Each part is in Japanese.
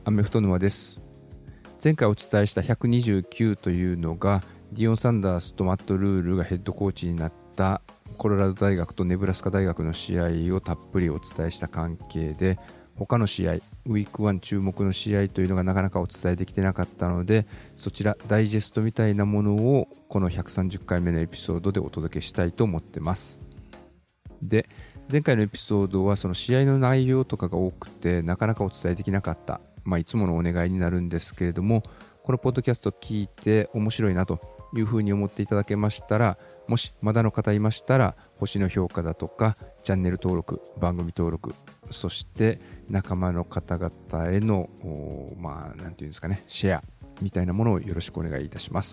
アメフト沼です。前回お伝えした129というのがディオン・サンダースとマット・ルールがヘッドコーチになったコロラド大学とネブラスカ大学の試合をたっぷりお伝えした関係で、他の試合、ウィーク1注目の試合というのがなかなかお伝えできてなかったので、そちらダイジェストみたいなものをこの130回目のエピソードでお届けしたいと思ってます。で、前回のエピソードはその試合の内容とかが多くてなかなかお伝えできなかった、いつものお願いになるんですけれども、このポッドキャスト聞いて面白いなというふうに思っていただけましたら、もしまだの方いましたら星の評価だとかチャンネル登録、番組登録、そして仲間の方々へのなんていうんですかね、シェアみたいなものをよろしくお願いいたします。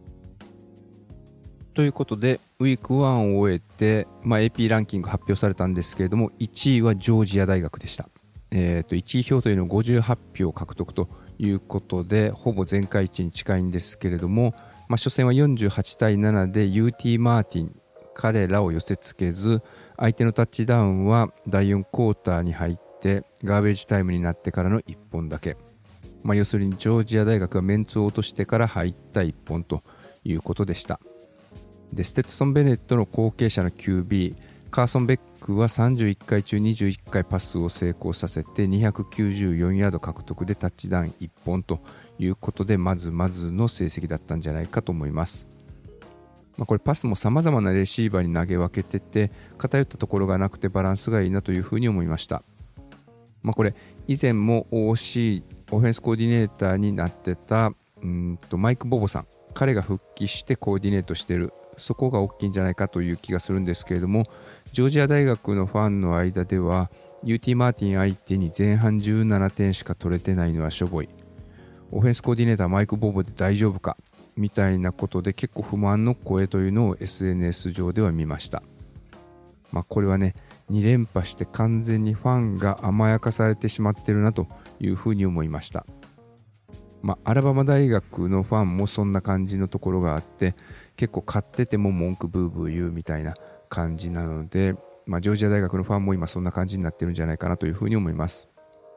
ということでウィーク1を終えて、AP ランキング発表されたんですけれども、1位はジョージア大学でした。1位票というのを58票獲得ということで、ほぼ全会一に近いんですけれども、初戦は48対7で UT マーティン、彼らを寄せつけず、相手のタッチダウンは第4クォーターに入ってガーベージタイムになってからの1本だけ、要するにジョージア大学がメンツを落としてから入った1本ということでした。で、ステッツソン・ベネットの後継者の QB カーソン・ベックは31回中21回パスを成功させて294ヤード獲得でタッチダウン1本ということで、まずまずの成績だったんじゃないかと思います。これパスも様々なレシーバーに投げ分けてて、偏ったところがなくてバランスがいいなというふうに思いました。これ以前も OC オフェンスコーディネーターになってたマイク・ボボさん、彼が復帰してコーディネートしている、そこが大きいんじゃないかという気がするんですけれども、ジョージア大学のファンの間では UT マーティン相手に前半17点しか取れてないのはしょぼい、オフェンスコーディネーターマイク・ボボで大丈夫かみたいなことで結構不満の声というのを SNS 上では見ました。これはね、2連覇して完全にファンが甘やかされてしまってるなというふうに思いました。アラバマ大学のファンもそんな感じのところがあって、結構勝ってても文句ブーブー言うみたいな感じなので、ジョージア大学のファンも今そんな感じになってるんじゃないかなというふうに思います。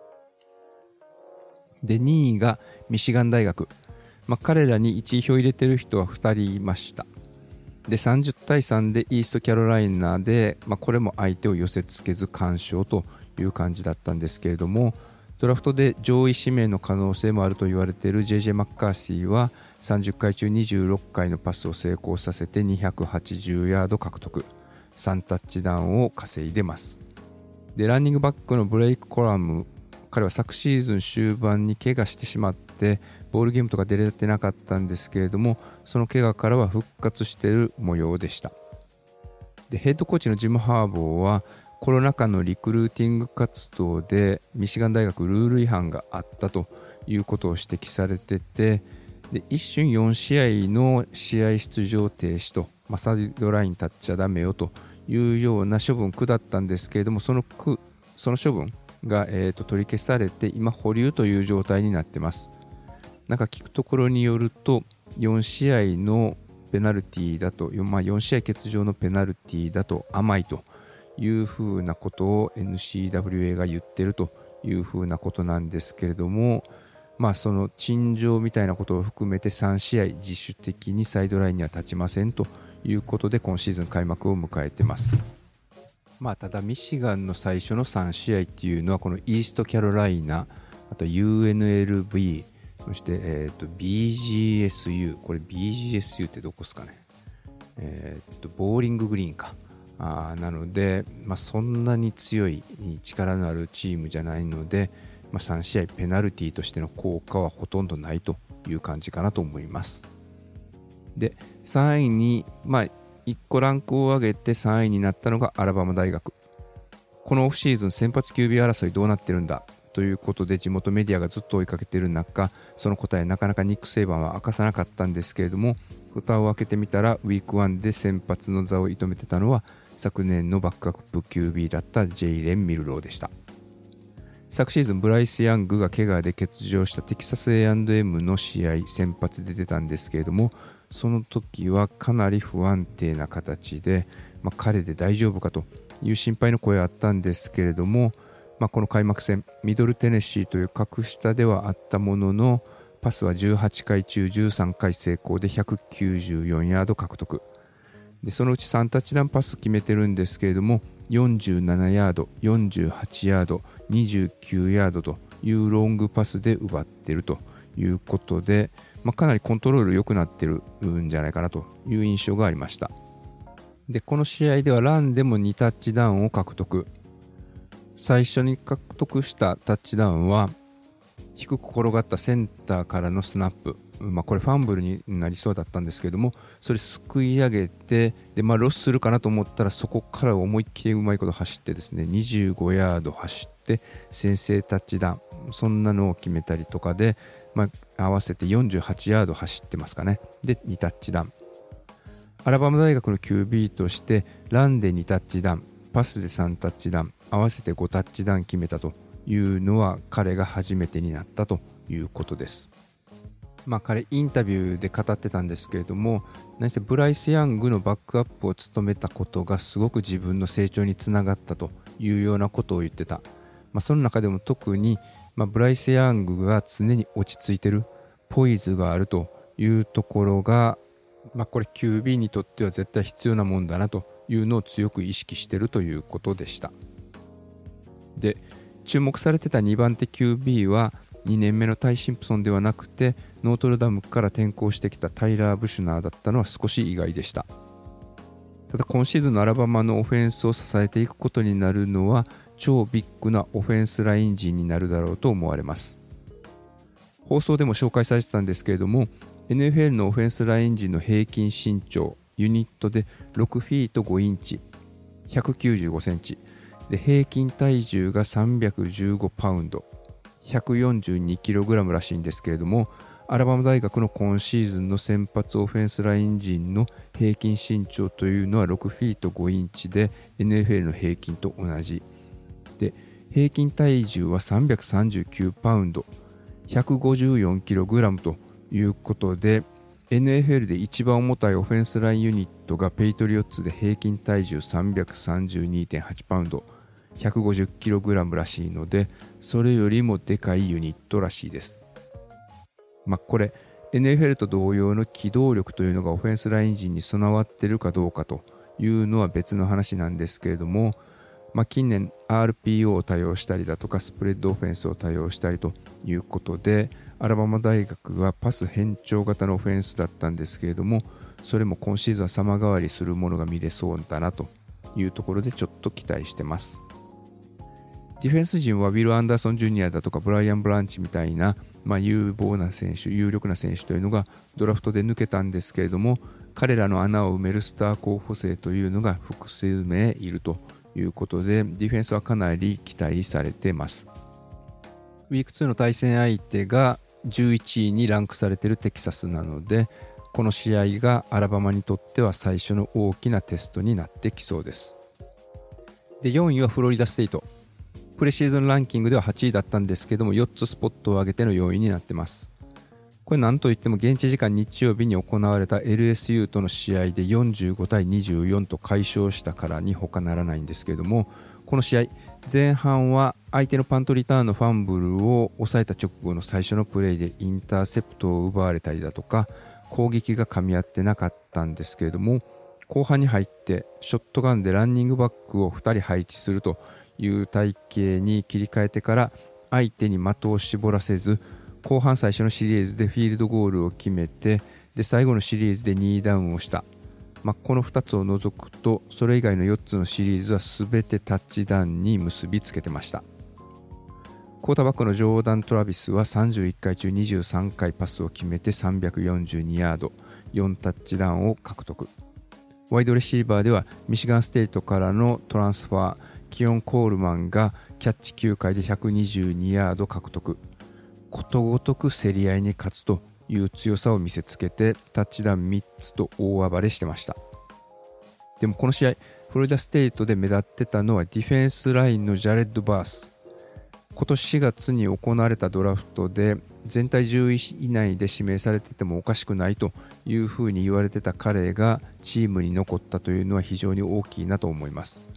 で、2位がミシガン大学、彼らに1位票入れてる人は2人いました。で、30対3でイーストキャロライナで、これも相手を寄せつけず完勝という感じだったんですけれども、ドラフトで上位指名の可能性もあると言われている JJ マッカーシーは30回中26回のパスを成功させて280ヤード獲得、3タッチダウンを稼いでます。で、ランニングバックのブレイク・コラム、彼は昨シーズン終盤に怪我してしまってボールゲームとか出れてなかったんですけれども、その怪我からは復活している模様でした。で、ヘッドコーチのジム・ハーボーはコロナ禍のリクルーティング活動でミシガン大学ルール違反があったということを指摘されてて、で、一瞬4試合の試合出場停止と、サイドライン立っちゃダメよというような処分下ったんですけれども、その処分が、取り消されて今保留という状態になってます。なんか聞くところによると4試合のペナルティだと、4試合欠場のペナルティだと甘いというふうなことを NCWA が言ってるというふうなことなんですけれども、その陳情みたいなことを含めて3試合自主的にサイドラインには立ちませんということで今シーズン開幕を迎えてます。ただミシガンの最初の3試合っていうのはこのイーストキャロライナ、あと UNLV、 そして、BGSU、 これ BGSU ってどこですかね、ボーリンググリーンか、なので、そんなに強い力のあるチームじゃないので、3試合ペナルティとしての効果はほとんどないという感じかなと思います。で、3位に、1個ランクを上げて3位になったのがアラバマ大学。このオフシーズン先発 QB 争いどうなってるんだということで地元メディアがずっと追いかけている中、その答えなかなかニック・セイバンは明かさなかったんですけれども、蓋を開けてみたらウィーク1で先発の座を射止めてたのは昨年のバックアップ QB だったジェイレン・ミルローでした。昨シーズンブライス・ヤングが怪我で欠場したテキサス A&M の試合先発で出たんですけれども、その時はかなり不安定な形で、彼で大丈夫かという心配の声あったんですけれども、 この開幕戦ミドルテネシーという格下ではあったものの、パスは18回中13回成功で194ヤード獲得で、そのうち3タッチダウンパス決めてるんですけれども、47ヤード、48ヤード、29ヤードというロングパスで奪っているということで、かなりコントロール良くなってるんじゃないかなという印象がありました。で、この試合ではランでも2タッチダウンを獲得。最初に獲得したタッチダウンは低く転がったセンターからのスナップ、これファンブルになりそうだったんですけども、それすくい上げて、で、ロスするかなと思ったら、そこから思いっきりうまいこと走ってですね、25ヤード走って先制タッチダウン、そんなのを決めたりとかで、合わせて48ヤード走ってますかね。で2タッチダウン。アラバマ大学の QB としてランで2タッチダウン、パスで3タッチダウン、合わせて5タッチダウン決めたというのは彼が初めてになったということです。彼インタビューで語ってたんですけれども、何せブライス・ヤングのバックアップを務めたことがすごく自分の成長につながったというようなことを言ってた。その中でも特に、ブライス・ヤングが常に落ち着いてる、ポイズがあるというところが、これ QB にとっては絶対必要なもんだなというのを強く意識しているということでした。で、注目されてた2番手 QB は2年目のタイ・シンプソンではなくて、ノートルダムから転校してきたタイラー・ブシュナーだったのは少し意外でした。ただ今シーズンのアラバマのオフェンスを支えていくことになるのは超ビッグなオフェンスライン陣になるだろうと思われます。放送でも紹介されてたんですけれども、 NFL のオフェンスライン陣の平均身長ユニットで6フィート5インチ195センチで、平均体重が315パウンド142キログラムらしいんですけれども、アラバマ大学の今シーズンの先発オフェンスライン陣の平均身長というのは6フィート5インチで NFL の平均と同じで、平均体重は339パウンド154キログラムということで、 NFL で一番重たいオフェンスラインユニットがペイトリオッツで平均体重 332.8 パウンド150キログラムらしいので、それよりもでかいユニットらしいです。これ NFL と同様の機動力というのがオフェンスライン陣に備わっているかどうかというのは別の話なんですけれども、近年 RPO を多用したりだとかスプレッドオフェンスを多用したりということで、アラバマ大学はパス変調型のオフェンスだったんですけれども、それも今シーズンは様変わりするものが見れそうだなというところでちょっと期待してます。ディフェンス陣はウィル・アンダーソン・ジュニアだとかブライアン・ブランチみたいな、有望な選手、有力な選手というのがドラフトで抜けたんですけれども、彼らの穴を埋めるスター候補生というのが複数名いるということで、ディフェンスはかなり期待されています。ウィーク2の対戦相手が11位にランクされているテキサスなので、この試合がアラバマにとっては最初の大きなテストになってきそうです。で、4位はフロリダステイト。プレシーズンランキングでは8位だったんですけども、4つスポットを上げての4位になってます。これなんといっても現地時間日曜日に行われた LSU との試合で45対24と快勝したからに他ならないんですけれども、この試合前半は相手のパントリターンのファンブルを抑えた直後の最初のプレーでインターセプトを奪われたりだとか、攻撃が噛み合ってなかったんですけれども、後半に入ってショットガンでランニングバックを2人配置するという体系に切り替えてから相手に的を絞らせず、後半最初のシリーズでフィールドゴールを決めて、で最後のシリーズで2ダウンをした。この2つを除くとそれ以外の4つのシリーズは全てタッチダウンに結びつけてました。クォーターバックのジョーダン・トラビスは31回中23回パスを決めて342ヤード4タッチダウンを獲得。ワイドレシーバーではミシガンステートからのトランスファーキオン・コールマンがキャッチ9回で122ヤード獲得。ことごとく競り合いに勝つという強さを見せつけてタッチダウン3つと大暴れしてました。でもこの試合フロリダステートで目立ってたのはディフェンスラインのジャレッド・バース。今年4月に行われたドラフトで全体10位以内で指名されててもおかしくないというふうに言われてた彼がチームに残ったというのは非常に大きいなと思います。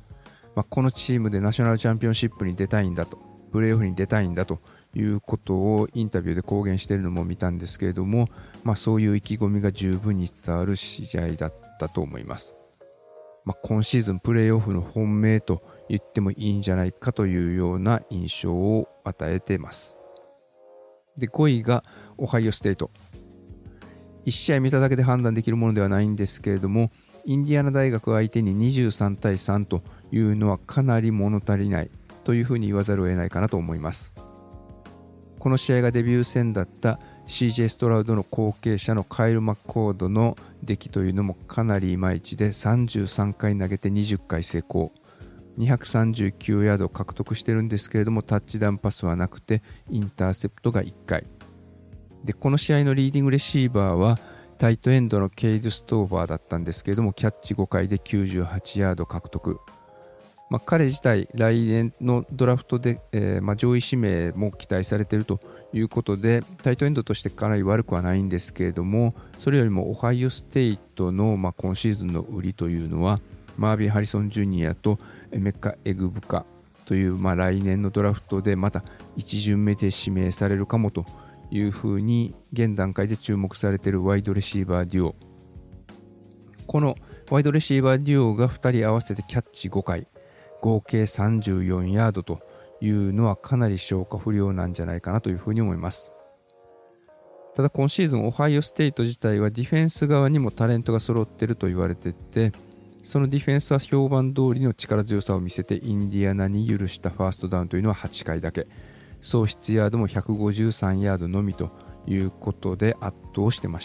このチームでナショナルチャンピオンシップに出たいんだと、プレーオフに出たいんだということをインタビューで公言しているのも見たんですけれども、そういう意気込みが十分に伝わる試合だったと思います。今シーズンプレーオフの本命と言ってもいいんじゃないかというような印象を与えています。で、5位がオハイオステート。1試合見ただけで判断できるものではないんですけれども、インディアナ大学相手に23対3というのはかなり物足りないというふうに言わざるを得ないかなと思います。この試合がデビュー戦だった CJ ストラウドの後継者のカイル・マッコードの出来というのもかなりいまいちで、33回投げて20回成功、239ヤードを獲得してるんですけれども、タッチダウンパスはなくてインターセプトが1回で、この試合のリーディングレシーバーはタイトエンドのケイド・ストーバーだったんですけれども、キャッチ5回で98ヤード獲得。彼自体来年のドラフトで、上位指名も期待されているということで、タイトエンドとしてかなり悪くはないんですけれども、それよりもオハイオステイトの、今シーズンの売りというのはマービン・ハリソン・ジュニアとエメカ・エグブカという、来年のドラフトでまた1巡目で指名されるかもというふうに現段階で注目されているワイドレシーバーデュオ。このワイドレシーバーデュオが2人合わせてキャッチ5回、合計34ヤードというのはかなり消化不良なんじゃないかなというふうに思います。ただ今シーズンオハイオステイト自体はディフェンス側にもタレントが揃っていると言われていて、そのディフェンスは評判通りの力強さを見せて、インディアナに許したファーストダウンというのは8回だけ、総出ヤードも153ヤードのみということで圧倒してました。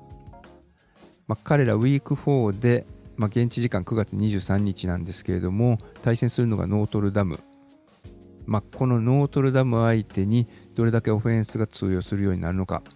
彼らウィーク4で現地時間9月23日なんですけれども、対戦するのがノートルダム。このノートルダム相手にどれだけオフェンスが通用するようになるのか、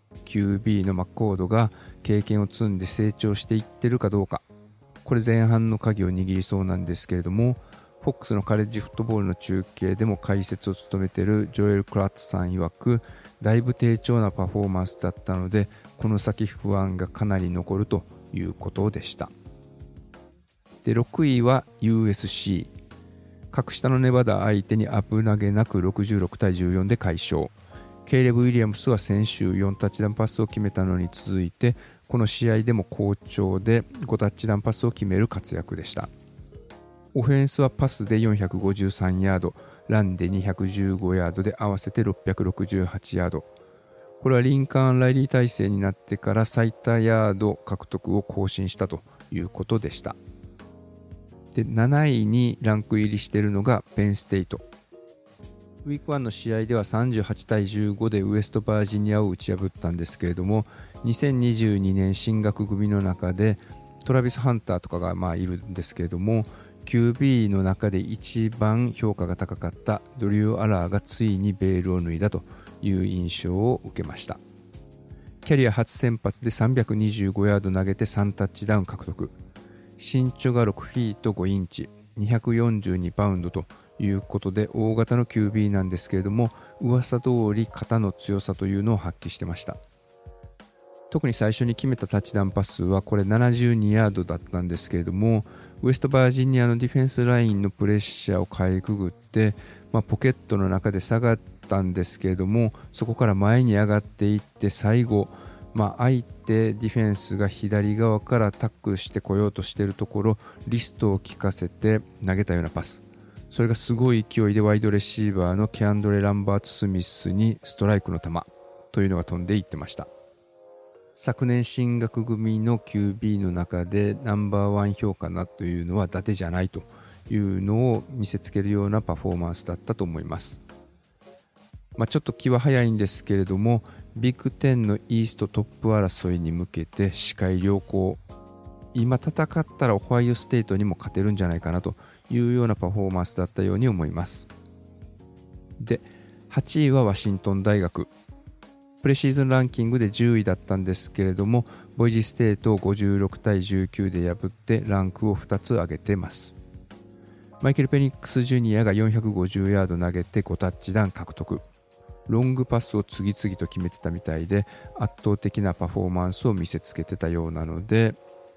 QB のマッコードが経験を積んで成長していってるかどうか、これ前半の鍵を握りそうなんですけれども、FOX のカレッジフットボールの中継でも解説を務めているジョエル・クラッツさん曰く、だいぶ低調なパフォーマンスだったので、この先不安がかなり残るということでした。で、6位は USC。 格下のネバダ相手に危なげなく66対14で快勝。ケイレブ・ウィリアムスは先週4タッチダウンパスを決めたのに続いて、この試合でも好調で5タッチダウンパスを決める活躍でした。オフェンスはパスで453ヤード、ランで215ヤードで合わせて668ヤード。これはリンカーン・ライリー体制になってから最多ヤード獲得を更新したということでした。で、7位にランク入りしているのがペンステイト。ウィーク1の試合では38対15でウエストバージニアを打ち破ったんですけれども、2022年進学組の中でトラビス・ハンターとかがいるんですけれども、QB の中で一番評価が高かったドリュー・アラーがついにベールを脱いだという印象を受けました。キャリア初先発で325ヤード投げて3タッチダウン獲得。身長が6フィート5インチ、242パウンドということで大型の QB なんですけれども、噂通り肩の強さというのを発揮してました。特に最初に決めたタッチダウンパスはこれ72ヤードだったんですけれども、ウエストバージニアのディフェンスラインのプレッシャーをかいくぐって、ポケットの中で下がったんですけれども、そこから前に上がっていって最後、相手ディフェンスが左側からタックルしてこようとしているところ、リストを効かせて投げたようなパス、それがすごい勢いでワイドレシーバーのキャンドレ・ランバート・スミスにストライクの球というのが飛んでいってました。昨年進学組の QB の中でナンバーワン評価なというのは伊達じゃないというのを見せつけるようなパフォーマンスだったと思います。ちょっと気は早いんですけれども、ビッグ10のイーストトップ争いに向けて視界良好、今戦ったらオハイオステートにも勝てるんじゃないかなというようなパフォーマンスだったように思います。で、8位はワシントン大学。プレシーズンランキングで10位だったんですけれども、ボイジステートを56対19で破ってランクを2つ上げています。マイケル・ペニックス・ジュニアが450ヤード投げて5タッチダウン獲得。ロングパスを次々と決めてたみたいで、圧倒的なパフォーマンスを見せつけてたようなので、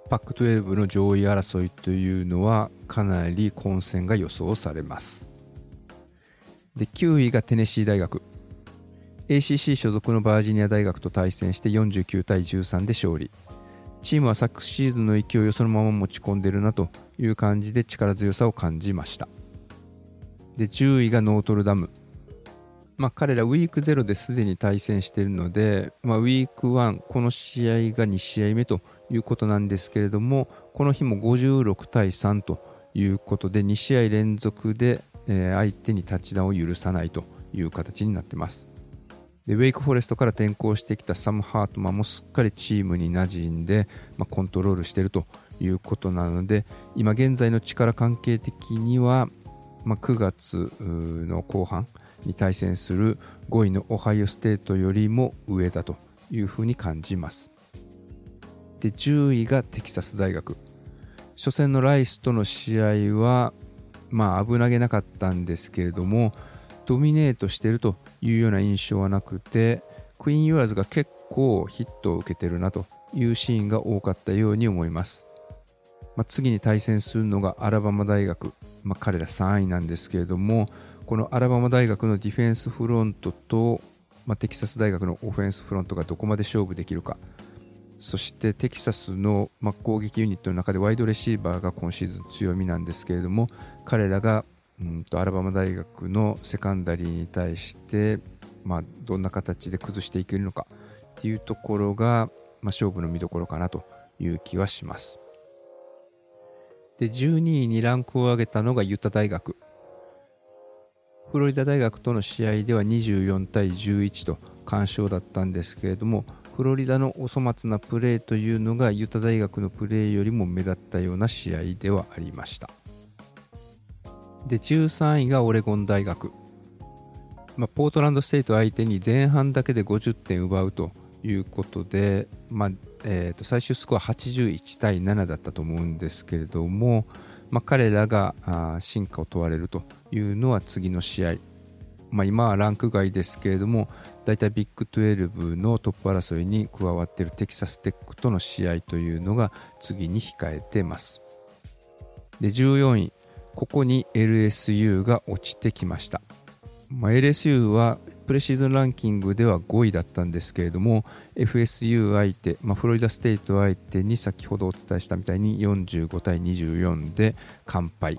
パック12の上位争いというのはかなり混戦が予想されます。で、9位がテネシー大学。ACC 所属のバージニア大学と対戦して49対13で勝利。チームは昨シーズンの勢いをそのまま持ち込んでいるなという感じで力強さを感じました。で、10位がノートルダム。彼らウィーク0ですでに対戦しているので、ウィーク1、この試合が2試合目ということなんですけれども、この日も56対3ということで2試合連続で相手にタッチダウンを許さないという形になっています。で、ウェイクフォレストから転向してきたサム・ハートマンもすっかりチームに馴染んで、コントロールしているということなので、今現在の力関係的には、9月の後半に対戦する5位のオハイオステートよりも上だというふうに感じます。で、10位がテキサス大学。初戦のライスとの試合は危なげなかったんですけれども、ドミネートしているというような印象はなくて、クイーン・ユアーズが結構ヒットを受けているなというシーンが多かったように思います。次に対戦するのがアラバマ大学。彼ら3位なんですけれども、このアラバマ大学のディフェンスフロントと、テキサス大学のオフェンスフロントがどこまで勝負できるか。そしてテキサスの攻撃ユニットの中でワイドレシーバーが今シーズン強みなんですけれども、彼らがアラバマ大学のセカンダリーに対して、どんな形で崩していけるのかっていうところが、勝負の見どころかなという気はします。で、12位にランクを上げたのがユタ大学。フロリダ大学との試合では24対11と完勝だったんですけれども、フロリダのお粗末なプレーというのがユタ大学のプレーよりも目立ったような試合ではありました。で、13位がオレゴン大学。ポートランドステイト相手に前半だけで50点奪うということで、最終スコア81対7だったと思うんですけれども、彼らが進化を問われるというのは次の試合、今はランク外ですけれども、だいたいビッグ12のトップ争いに加わっているテキサステックとの試合というのが次に控えています。で、14位、ここに LSU が落ちてきました。LSU はプレシーズンランキングでは5位だったんですけれども、 FSU 相手、フロリダステイト相手に先ほどお伝えしたみたいに45対24で完敗。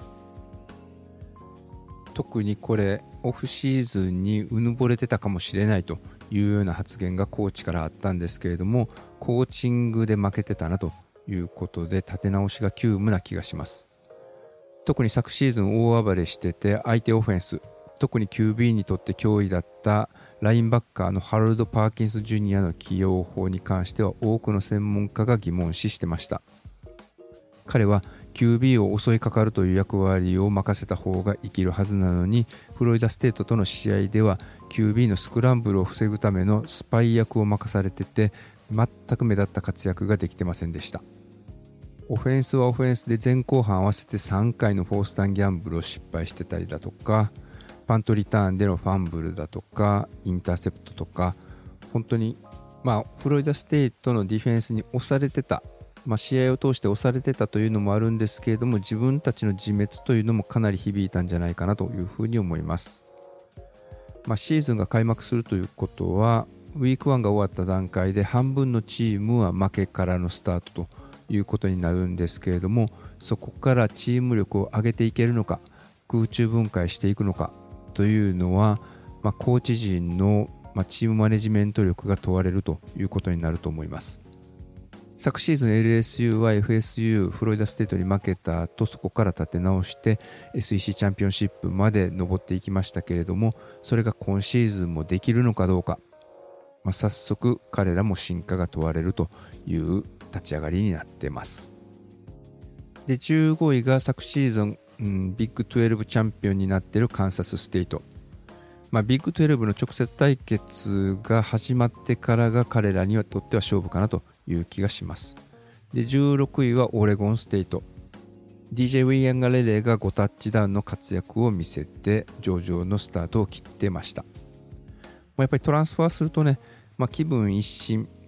特にこれオフシーズンにうぬぼれてたかもしれないというような発言がコーチからあったんですけれども、コーチングで負けてたなということで立て直しが急務な気がします。特に昨シーズン大暴れしてて、相手オフェンス、特に QB にとって脅威だったラインバッカーのハロルド・パーキンス・ジュニアの起用法に関しては多くの専門家が疑問視してました。彼は QB を襲いかかるという役割を任せた方が生きるはずなのに、フロリダステートとの試合では QB のスクランブルを防ぐためのスパイ役を任されてて、全く目立った活躍ができてませんでした。オフェンスはオフェンスで前後半合わせて3回のフォースタンギャンブルを失敗してたりだとか、パントリターンでのファンブルだとかインターセプトとか、本当にフロリダステイトのディフェンスに押されてた、試合を通して押されてたというのもあるんですけれども、自分たちの自滅というのもかなり響いたんじゃないかなというふうに思います。シーズンが開幕するということは、ウィーク1が終わった段階で半分のチームは負けからのスタートということになるんですけれども、そこからチーム力を上げていけるのか、空中分解していくのかというのは、コーチ陣のチームマネジメント力が問われるということになると思います。昨シーズン LSU は FSU フロリダステートに負けた後、そこから立て直して SEC チャンピオンシップまで上っていきましたけれども、それが今シーズンもできるのかどうか、早速彼らも進化が問われるという立ち上がりになっています。で、15位が昨シーズン、ビッグ12チャンピオンになっているカンサスステート。ビッグ12の直接対決が始まってからが彼らにとっては勝負かなという気がします。で、16位はオレゴンステート。DJ ウィリアン・ガレレが5タッチダウンの活躍を見せて上々のスタートを切ってました。やっぱりトランスファーするとね、気分一新、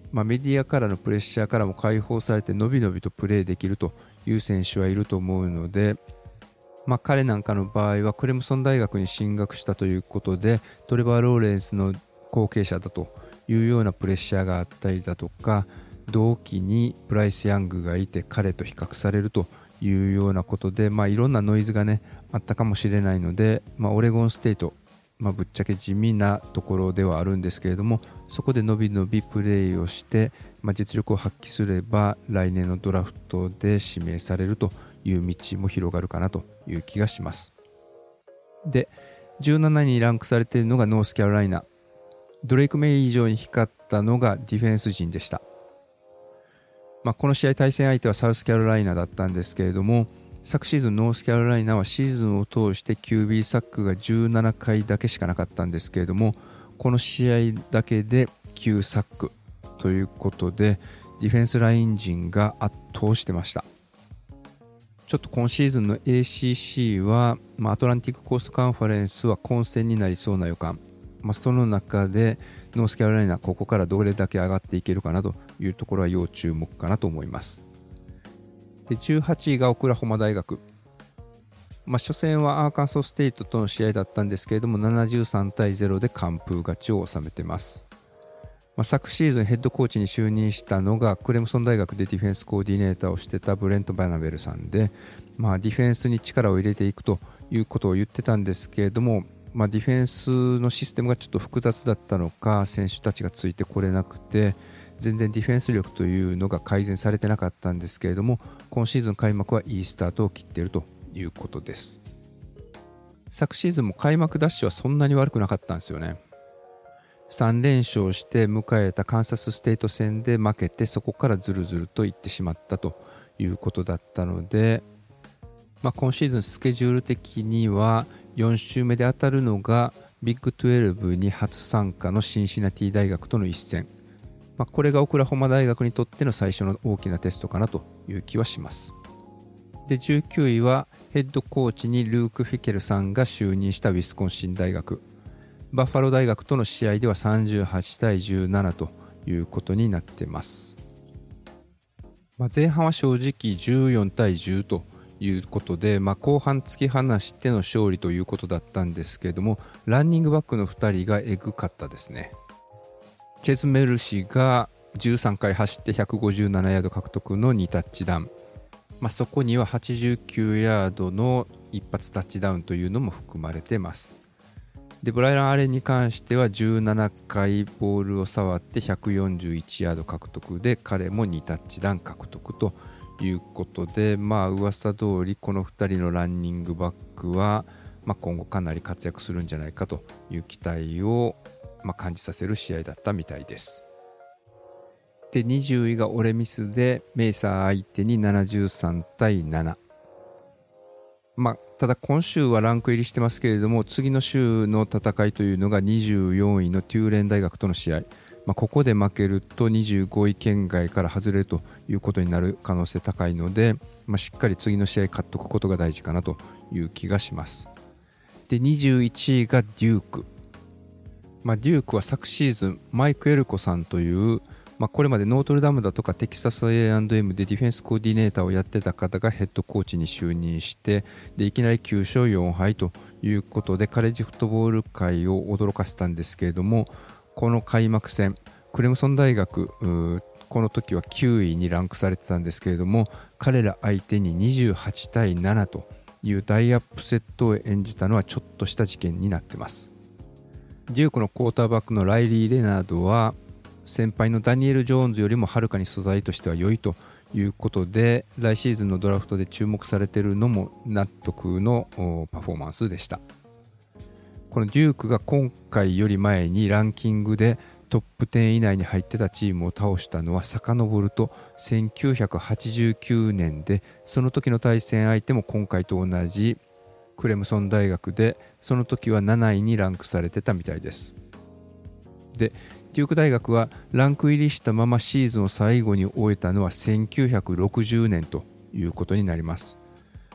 メディアからのプレッシャーからも解放されてのびのびとプレーできるという選手はいると思うので、彼なんかの場合はクレムソン大学に進学したということでトレバー・ローレンスの後継者だというようなプレッシャーがあったりだとか、同期にブライス・ヤングがいて彼と比較されるというようなことで、いろんなノイズがねあったかもしれないので、オレゴンステート、ぶっちゃけ地味なところではあるんですけれども、そこでのびのびプレーをして、実力を発揮すれば来年のドラフトで指名されるという道も広がるかなという気がします。で、17位にランクされているのがノースキャロライナ。ドレイク・メイ以上に光ったのがディフェンス陣でした。この試合対戦相手はサウスキャロライナだったんですけれども、昨シーズンノースキャロライナはシーズンを通して QB サックが17回だけしかなかったんですけれども、この試合だけで9サックということでディフェンスライン陣が圧倒してました。ちょっと今シーズンの ACC は、アトランティックコーストカンファレンスは混戦になりそうな予感、その中でノースキャロライナここからどれだけ上がっていけるかなというところは要注目かなと思います。で、18位がオクラホマ大学。初戦はアーカンソーステートとの試合だったんですけれども73対0で完封勝ちを収めてます。昨シーズンヘッドコーチに就任したのがクレムソン大学でディフェンスコーディネーターをしてたブレント・バナベルさんで、ディフェンスに力を入れていくということを言ってたんですけれども、ディフェンスのシステムがちょっと複雑だったのか選手たちがついてこれなくて全然ディフェンス力というのが改善されてなかったんですけれども、今シーズン開幕はいいスタートを切っているということです。昨シーズンも開幕ダッシュはそんなに悪くなかったんですよね。3連勝して迎えたカンサスステート戦で負けて、そこからずるずるといってしまったということだったので、今シーズンスケジュール的には4週目で当たるのがビッグ12に初参加のシンシナティ大学との一戦、これがオクラホマ大学にとっての最初の大きなテストかなという気はします。で、19位はヘッドコーチにルーク・フィケルさんが就任したウィスコンシン大学。バッファロー大学との試合では38対17ということになっています。前半は正直14対10ということで、後半突き放しての勝利ということだったんですけれども、ランニングバックの2人がエグかったですね。チェズ・メルシが13回走って157ヤード獲得の2タッチダウン、そこには89ヤードの一発タッチダウンというのも含まれています。で、ブライアン・アレンに関しては17回ボールを触って141ヤード獲得で、彼も2タッチダウン獲得ということで、噂通りこの2人のランニングバックは、今後かなり活躍するんじゃないかという期待を、感じさせる試合だったみたいです。で、20位がオレミスでメイサー相手に73対7。ただ今週はランク入りしてますけれども、次の週の戦いというのが24位のテューレン大学との試合、ここで負けると25位圏外から外れるということになる可能性高いので、しっかり次の試合勝っておくことが大事かなという気がします。で、21位がデューク。デュークは昨シーズンマイク・エルコさんという、これまでノートルダムだとかテキサス A&M でディフェンスコーディネーターをやってた方がヘッドコーチに就任して、でいきなり9勝4敗ということでカレッジフットボール界を驚かせたんですけれども、この開幕戦クレムソン大学、この時は9位にランクされてたんですけれども、彼ら相手に28対7という大アップセットを演じたのはちょっとした事件になってます。デュークのクォーターバックのライリー・レナードは先輩のダニエル・ジョーンズよりもはるかに素材としては良いということで、来シーズンのドラフトで注目されているのも納得のパフォーマンスでした。このデュークが今回より前にランキングでトップ10以内に入ってたチームを倒したのは遡ると1989年で、その時の対戦相手も今回と同じクレムソン大学で、その時は7位にランクされてたみたいです。で、デューク大学はランク入りしたままシーズンを最後に終えたのは1960年ということになります。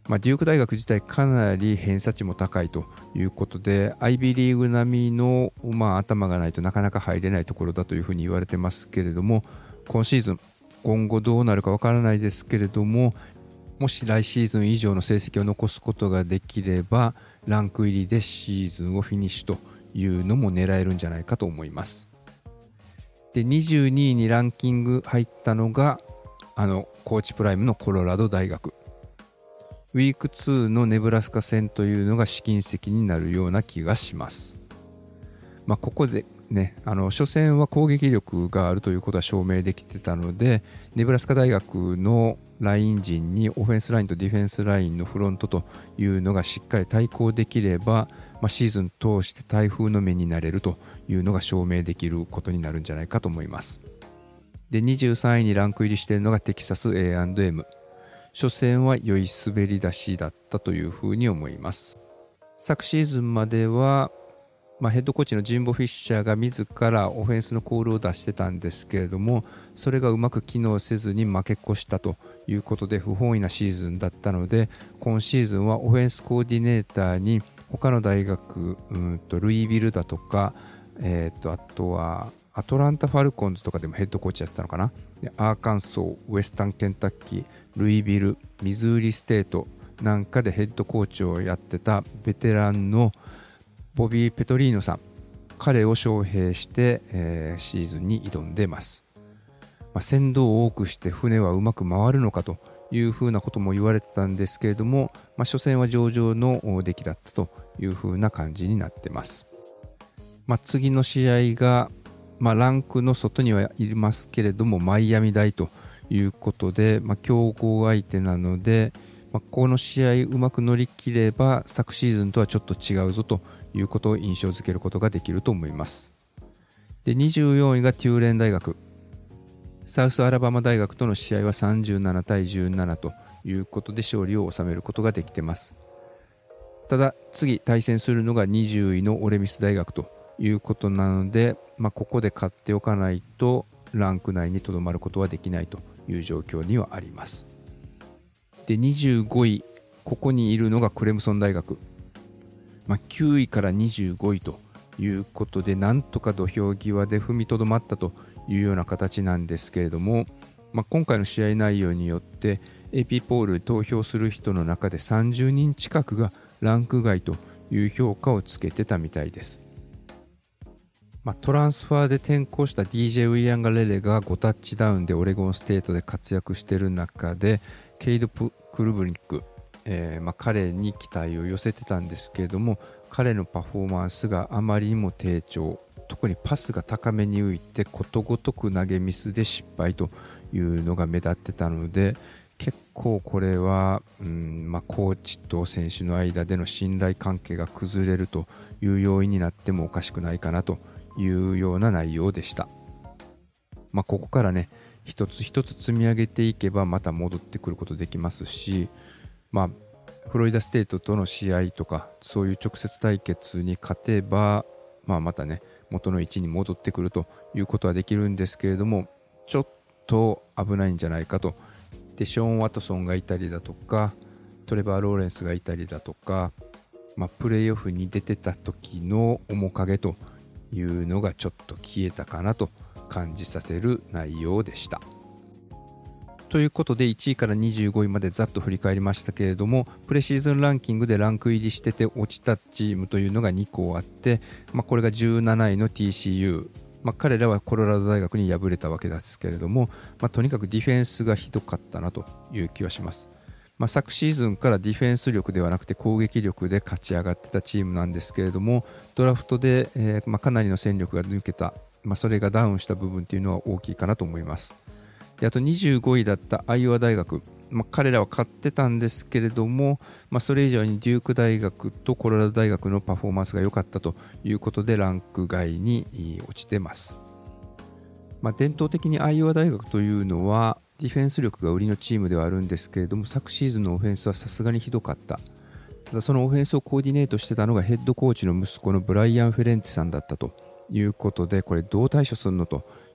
デューク大学自体かなり偏差値も高いということで、アイビーリーグ並みの、頭がないとなかなか入れないところだというふうに言われてますけれども、今シーズン今後どうなるかわからないですけれども、もし来シーズン以上の成績を残すことができればランク入りでシーズンをフィニッシュというのも狙えるんじゃないかと思います。で、22位にランキング入ったのがコーチプライムのコロラド大学。ウィーク2のネブラスカ戦というのが試金石になるような気がします。ここでね、初戦は攻撃力があるということは証明できてたので、ネブラスカ大学のライン陣にオフェンスラインとディフェンスラインのフロントというのがしっかり対抗できれば、シーズン通して台風の目になれるというのが証明できることになるんじゃないかと思います。で、23位にランク入りしているのがテキサス A&M。初戦は良い滑り出しだったというふうに思います。昨シーズンまでは、ヘッドコーチのジンボ・フィッシャーが自らオフェンスのコールを出してたんですけれども、それがうまく機能せずに負け越したということで不本意なシーズンだったので、今シーズンはオフェンスコーディネーターに他の大学、ルイビルだとか、あとはアトランタ・ファルコンズとかでもヘッドコーチやったのかな。アーカンソー、ウエスタン・ケンタッキー、ルイビル、ミズーリステートなんかでヘッドコーチをやってたベテランのボビー・ペトリーノさん、彼を招聘して、シーズンに挑んでます。船頭を多くして船はうまく回るのかというふうなことも言われてたんですけれども、初戦は上々の出来だったというふうな感じになってます。次の試合が、ランクの外にはいますけれどもマイアミ大ということで、強豪相手なので、この試合うまく乗り切れば昨シーズンとはちょっと違うぞということを印象づけることができると思います。で、24位がテューレン大学。サウスアラバマ大学との試合は37対17ということで勝利を収めることができています。ただ次対戦するのが20位のオレミス大学ということなので、ここで勝っておかないとランク内にとどまることはできないという状況にはあります。で、25位、ここにいるのがクレムソン大学。9位から25位ということで、なんとか土俵際で踏みとどまったというような形なんですけれども、今回の試合内容によって AP ポール投票する人の中で30人近くがランク外という評価をつけてたみたいです。トランスファーで転向した DJ ウィアンガレレが5タッチダウンでオレゴンステートで活躍している中で、ケイド・クルブリック、彼に期待を寄せてたんですけれども、彼のパフォーマンスがあまりにも低調、特にパスが高めに浮いてことごとく投げミスで失敗というのが目立ってたので、結構これは、コーチと選手の間での信頼関係が崩れるという要因になってもおかしくないかなというような内容でした。ここからね、一つ一つ積み上げていけばまた戻ってくることできますし、フロリダステートとの試合とかそういう直接対決に勝てば、またね元の位置に戻ってくるということはできるんですけれども、ちょっと危ないんじゃないかと。で、ショーン・ワトソンがいたりだとかトレバー・ローレンスがいたりだとか、プレーオフに出てた時の面影というのがちょっと消えたかなと感じさせる内容でした。ということで1位から25位までざっと振り返りましたけれども、プレシーズンランキングでランク入りしてて落ちたチームというのが2校あって、これが17位の TCU、彼らはコロラド大学に敗れたわけですけれども、とにかくディフェンスがひどかったなという気はします。昨シーズンからディフェンス力ではなくて攻撃力で勝ち上がってたチームなんですけれども、ドラフトで、かなりの戦力が抜けた、それがダウンした部分というのは大きいかなと思います。で、あと25位だったアイオワ大学、彼らは勝ってたんですけれども、それ以上にデューク大学とコロラド大学のパフォーマンスが良かったということでランク外に落ちてます。伝統的にアイオワ大学というのはディフェンス力が売りのチームではあるんですけれども、昨シーズンのオフェンスはさすがにひどかった。ただそのオフェンスをコーディネートしてたのがヘッドコーチの息子のブライアン・フェレンツェさんだったということで、これどう対処するのと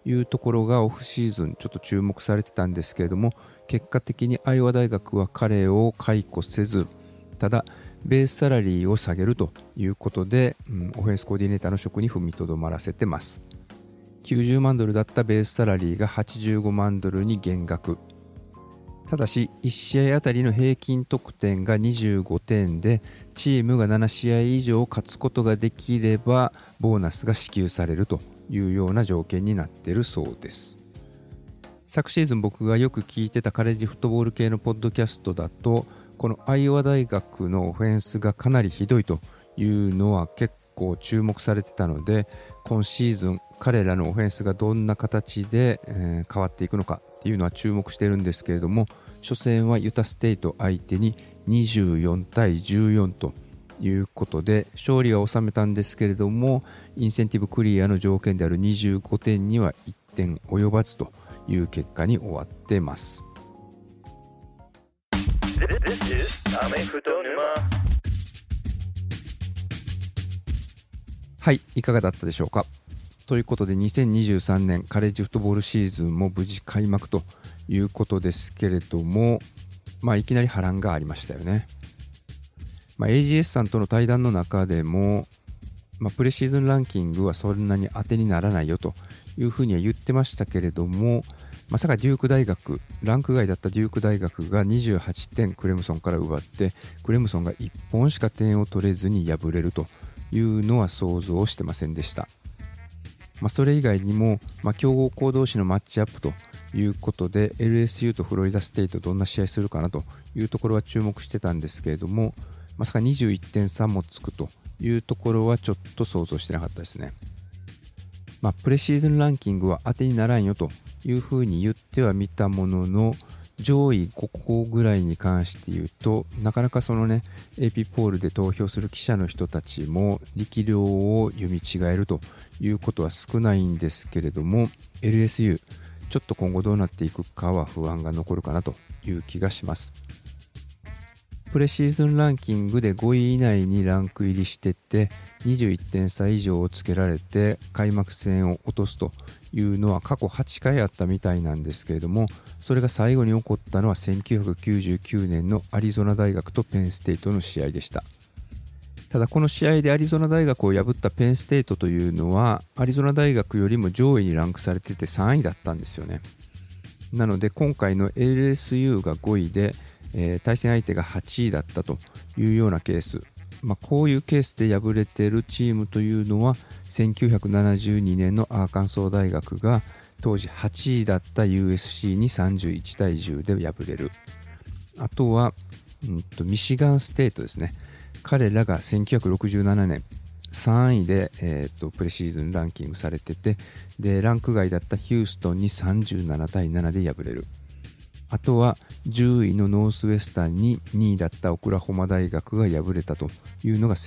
いうところがオフシーズンちょっと注目されてたんですけれども、結果的にアイオワ大学は彼を解雇せず、ただベースサラリーを下げるということで、オフェンスコーディネーターの職に踏みとどまらせてます。90万ドルだったベースサラリーが85万ドルに減額。ただし1試合あたりの平均得点が25点で、チームが7試合以上勝つことができればボーナスが支給されるというような条件になっているそうです。昨シーズン僕がよく聞いてたカレッジフットボール系のポッドキャストだと、このアイオワ大学のオフェンスがかなりひどいというのは結構注目されてたので、今シーズン彼らのオフェンスがどんな形で、変わっていくのかっていうのは注目しているんですけれども、初戦はユタステイト相手に24対14ということで勝利は収めたんですけれども、インセンティブクリアの条件である25点には1点及ばずという結果に終わってます。はい、いかがだったでしょうか。ということで2023年カレッジフットボールシーズンも無事開幕ということですけれども、いきなり波乱がありましたよね。AGS さんとの対談の中でも、プレシーズンランキングはそんなに当てにならないよというふうには言ってましたけれども、まさかデューク大学、ランク外だったデューク大学が28点クレムソンから奪って、クレムソンが1本しか点を取れずに敗れるというのは想像してませんでした。それ以外にも、強豪校同士のマッチアップということで LSU とフロリダステイトどんな試合するかなというところは注目してたんですけれども、まさか21点差もつくというところはちょっと想像してなかったですね。プレシーズンランキングは当てにならんよというふうに言ってはみたものの、上位5校ぐらいに関して言うと、なかなかそのね AP ポールで投票する記者の人たちも力量を読み違えるということは少ないんですけれども、 LSU ちょっと今後どうなっていくかは不安が残るかなという気がします。プレシーズンランキングで5位以内にランク入りしてて21点差以上をつけられて開幕戦を落とすというのは過去8回あったみたいなんですけれども、それが最後に起こったのは1999年のアリゾナ大学とペンステイトの試合でした。ただこの試合でアリゾナ大学を破ったペンステイトというのはアリゾナ大学よりも上位にランクされてて3位だったんですよね。なので今回の LSU が5位で、対戦相手が8位だったというようなケース、こういうケースで敗れているチームというのは1972年のアーカンソー大学が当時8位だった USC に31対10で敗れる。あとは、ミシガンステートですね。彼らが1967年3位で、プレシーズンランキングされてて、でランク外だったヒューストンに37対7で敗れる。あとは10位のノースウェスタンに2位だったオクラホマ大学が敗れたというのが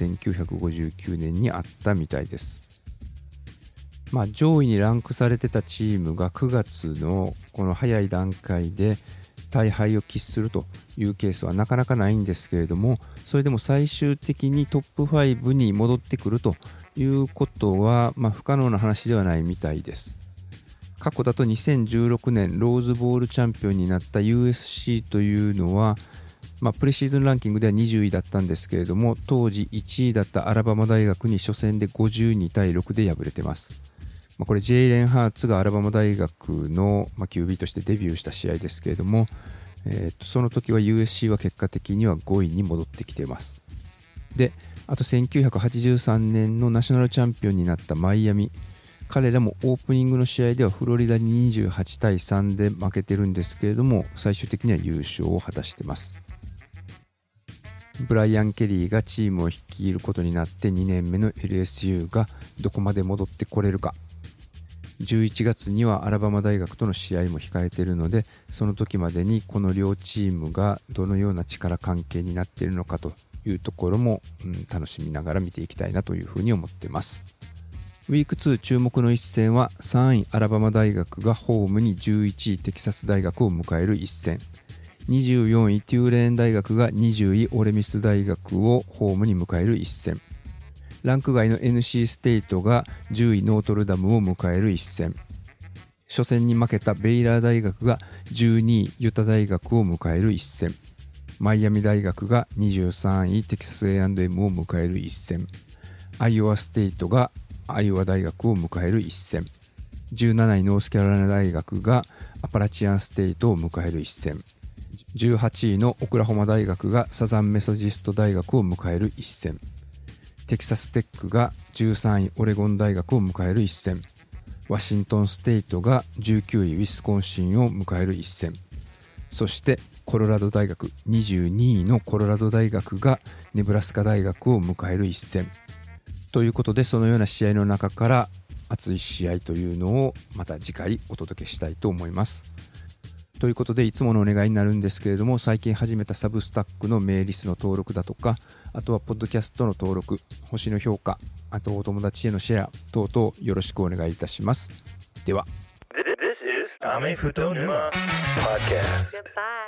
1959年にあったみたいです。上位にランクされてたチームが9月のこの早い段階で大敗を喫するというケースはなかなかないんですけれども、それでも最終的にトップ5に戻ってくるということは、不可能な話ではないみたいです。過去だと2016年ローズボールチャンピオンになった USC というのは、プレシーズンランキングでは20位だったんですけれども、当時1位だったアラバマ大学に初戦で52対6で敗れてます。これジェイレン・ハーツがアラバマ大学の QB としてデビューした試合ですけれども、その時は USC は結果的には5位に戻ってきています。で、あと1983年のナショナルチャンピオンになったマイアミ、彼らもオープニングの試合ではフロリダに28対3で負けてるんですけれども、最終的には優勝を果たしています。ブライアン・ケリーがチームを率いることになって2年目の LSU がどこまで戻ってこれるか。11月にはアラバマ大学との試合も控えているので、その時までにこの両チームがどのような力関係になっているのかというところも、楽しみながら見ていきたいなというふうに思っています。ウィーク2注目の一戦は3位アラバマ大学がホームに11位テキサス大学を迎える一戦、24位テューレーン大学が20位オレミス大学をホームに迎える一戦、ランク外の NC ステイトが10位ノートルダムを迎える一戦、 初戦に負けたベイラー大学が12位ユタ大学を迎える一戦、マイアミ大学が23位テキサス A&M を迎える一戦、アイオワステイトがアイオワ大学を迎える一戦、17位ノースキャロライナ大学がアパラチアンステイトを迎える一戦、18位のオクラホマ大学がサザンメソジスト大学を迎える一戦、テキサステックが13位オレゴン大学を迎える一戦、ワシントンステイトが19位ウィスコンシンを迎える一戦、そしてコロラド大学22位のコロラド大学がネブラスカ大学を迎える一戦ということで、そのような試合の中から熱い試合というのをまた次回お届けしたいと思います。ということで、いつものお願いになるんですけれども、最近始めたサブスタックのメールリストの登録だとか、あとはポッドキャストの登録、星の評価、あとお友達へのシェア等々よろしくお願いいたします。では。This is アメフト沼 Podcast. Goodbye.